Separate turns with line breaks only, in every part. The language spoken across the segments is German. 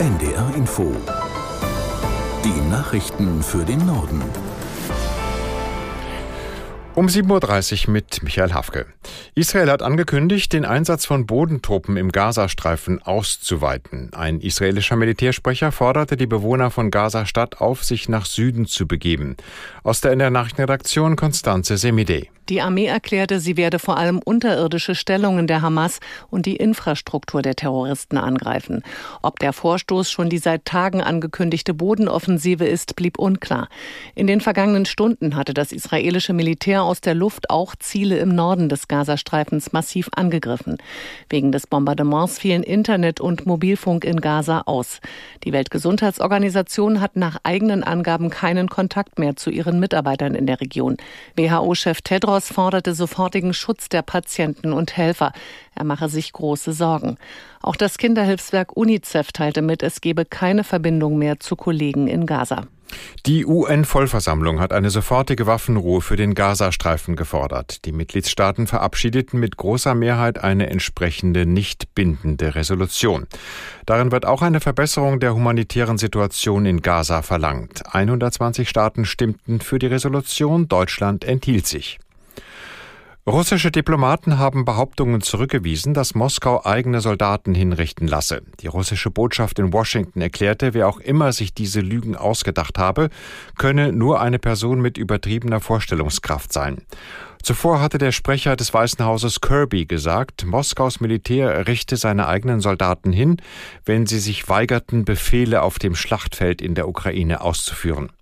NDR Info. Die Nachrichten für den Norden.
Um 7.30 Uhr mit Michael Hafke. Israel hat angekündigt, den Einsatz von Bodentruppen im Gazastreifen auszuweiten. Ein israelischer Militärsprecher forderte die Bewohner von Gaza-Stadt auf, sich nach Süden zu begeben. Aus der NDR Nachrichtenredaktion Constanze Semidey.
Die Armee erklärte, sie werde vor allem unterirdische Stellungen der Hamas und die Infrastruktur der Terroristen angreifen. Ob der Vorstoß schon die seit Tagen angekündigte Bodenoffensive ist, blieb unklar. In den vergangenen Stunden hatte das israelische Militär aus der Luft auch Ziele im Norden des Gazastreifens massiv angegriffen. Wegen des Bombardements fielen Internet und Mobilfunk in Gaza aus. Die Weltgesundheitsorganisation hat nach eigenen Angaben keinen Kontakt mehr zu ihren Mitarbeitern in der Region. WHO-Chef Tedros forderte sofortigen Schutz der Patienten und Helfer. Er mache sich große Sorgen. Auch das Kinderhilfswerk UNICEF teilte mit, es gebe keine Verbindung mehr zu Kollegen in Gaza.
Die UN-Vollversammlung hat eine sofortige Waffenruhe für den Gazastreifen gefordert. Die Mitgliedstaaten verabschiedeten mit großer Mehrheit eine entsprechende nicht bindende Resolution. Darin wird auch eine Verbesserung der humanitären Situation in Gaza verlangt. 120 Staaten stimmten für die Resolution, Deutschland enthielt sich. Russische Diplomaten haben Behauptungen zurückgewiesen, dass Moskau eigene Soldaten hinrichten lasse. Die russische Botschaft in Washington erklärte, wer auch immer sich diese Lügen ausgedacht habe, könne nur eine Person mit übertriebener Vorstellungskraft sein. Zuvor hatte der Sprecher des Weißen Hauses Kirby gesagt, Moskaus Militär richte seine eigenen Soldaten hin, wenn sie sich weigerten, Befehle auf dem Schlachtfeld in der Ukraine auszuführen.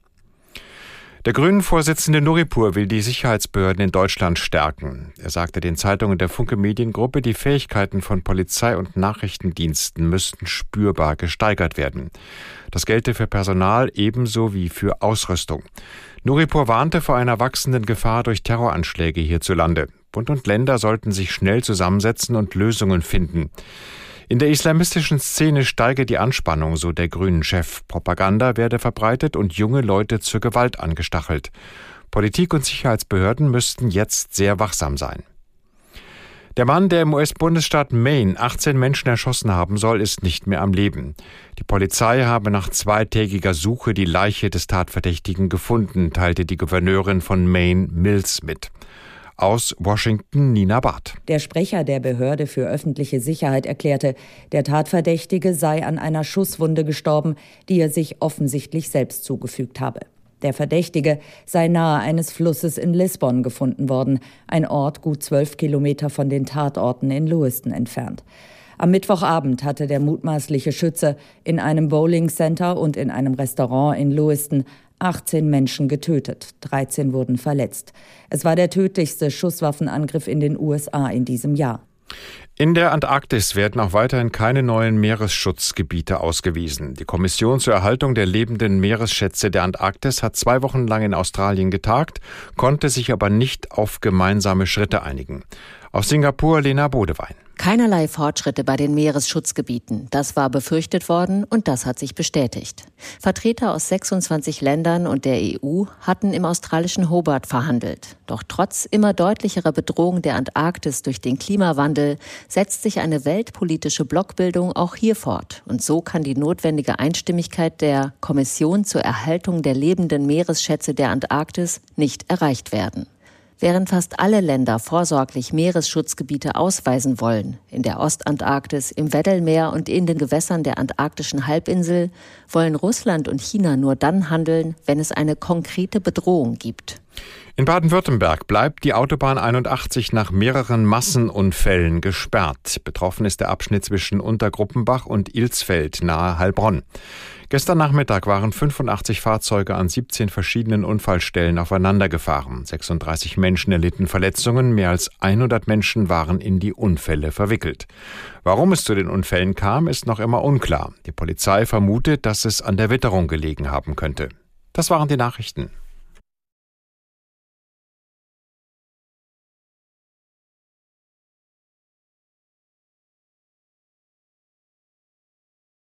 Der Grünen-Vorsitzende Nuripur will die Sicherheitsbehörden in Deutschland stärken. Er sagte den Zeitungen der Funke Mediengruppe, die Fähigkeiten von Polizei und Nachrichtendiensten müssten spürbar gesteigert werden. Das gelte für Personal ebenso wie für Ausrüstung. Nuripur warnte vor einer wachsenden Gefahr durch Terroranschläge hierzulande. Bund und Länder sollten sich schnell zusammensetzen und Lösungen finden. In der islamistischen Szene steige die Anspannung, so der Grünen-Chef. Propaganda werde verbreitet und junge Leute zur Gewalt angestachelt. Politik und Sicherheitsbehörden müssten jetzt sehr wachsam sein. Der Mann, der im US-Bundesstaat Maine 18 Menschen erschossen haben soll, ist nicht mehr am Leben. Die Polizei habe nach zweitägiger Suche die Leiche des Tatverdächtigen gefunden, teilte die Gouverneurin von Maine Mills mit. Aus Washington, Nina Barth.
Der Sprecher der Behörde für öffentliche Sicherheit erklärte, der Tatverdächtige sei an einer Schusswunde gestorben, die er sich offensichtlich selbst zugefügt habe. Der Verdächtige sei nahe eines Flusses in Lisbon gefunden worden, ein Ort gut 12 Kilometer von den Tatorten in Lewiston entfernt. Am Mittwochabend hatte der mutmaßliche Schütze in einem Bowling-Center und in einem Restaurant in Lewiston 18 Menschen getötet, 13 wurden verletzt. Es war der tödlichste Schusswaffenangriff in den USA in diesem Jahr.
In der Antarktis werden auch weiterhin keine neuen Meeresschutzgebiete ausgewiesen. Die Kommission zur Erhaltung der lebenden Meeresschätze der Antarktis hat 2 Wochen lang in Australien getagt, konnte sich aber nicht auf gemeinsame Schritte einigen. Aus Singapur Lena Bodewein.
Keinerlei Fortschritte bei den Meeresschutzgebieten. Das war befürchtet worden und das hat sich bestätigt. Vertreter aus 26 Ländern und der EU hatten im australischen Hobart verhandelt. Doch trotz immer deutlicherer Bedrohung der Antarktis durch den Klimawandel setzt sich eine weltpolitische Blockbildung auch hier fort. Und so kann die notwendige Einstimmigkeit der Kommission zur Erhaltung der lebenden Meeresschätze der Antarktis nicht erreicht werden. Während fast alle Länder vorsorglich Meeresschutzgebiete ausweisen wollen, in der Ostantarktis, im Weddellmeer und in den Gewässern der antarktischen Halbinsel, wollen Russland und China nur dann handeln, wenn es eine konkrete Bedrohung gibt.
In Baden-Württemberg bleibt die Autobahn 81 nach mehreren Massenunfällen gesperrt. Betroffen ist der Abschnitt zwischen Untergruppenbach und Ilsfeld nahe Heilbronn. Gestern Nachmittag waren 85 Fahrzeuge an 17 verschiedenen Unfallstellen aufeinander gefahren. 36 Menschen erlitten Verletzungen, mehr als 100 Menschen waren in die Unfälle verwickelt. Warum es zu den Unfällen kam, ist noch immer unklar. Die Polizei vermutet, dass es an der Witterung gelegen haben könnte. Das waren die Nachrichten.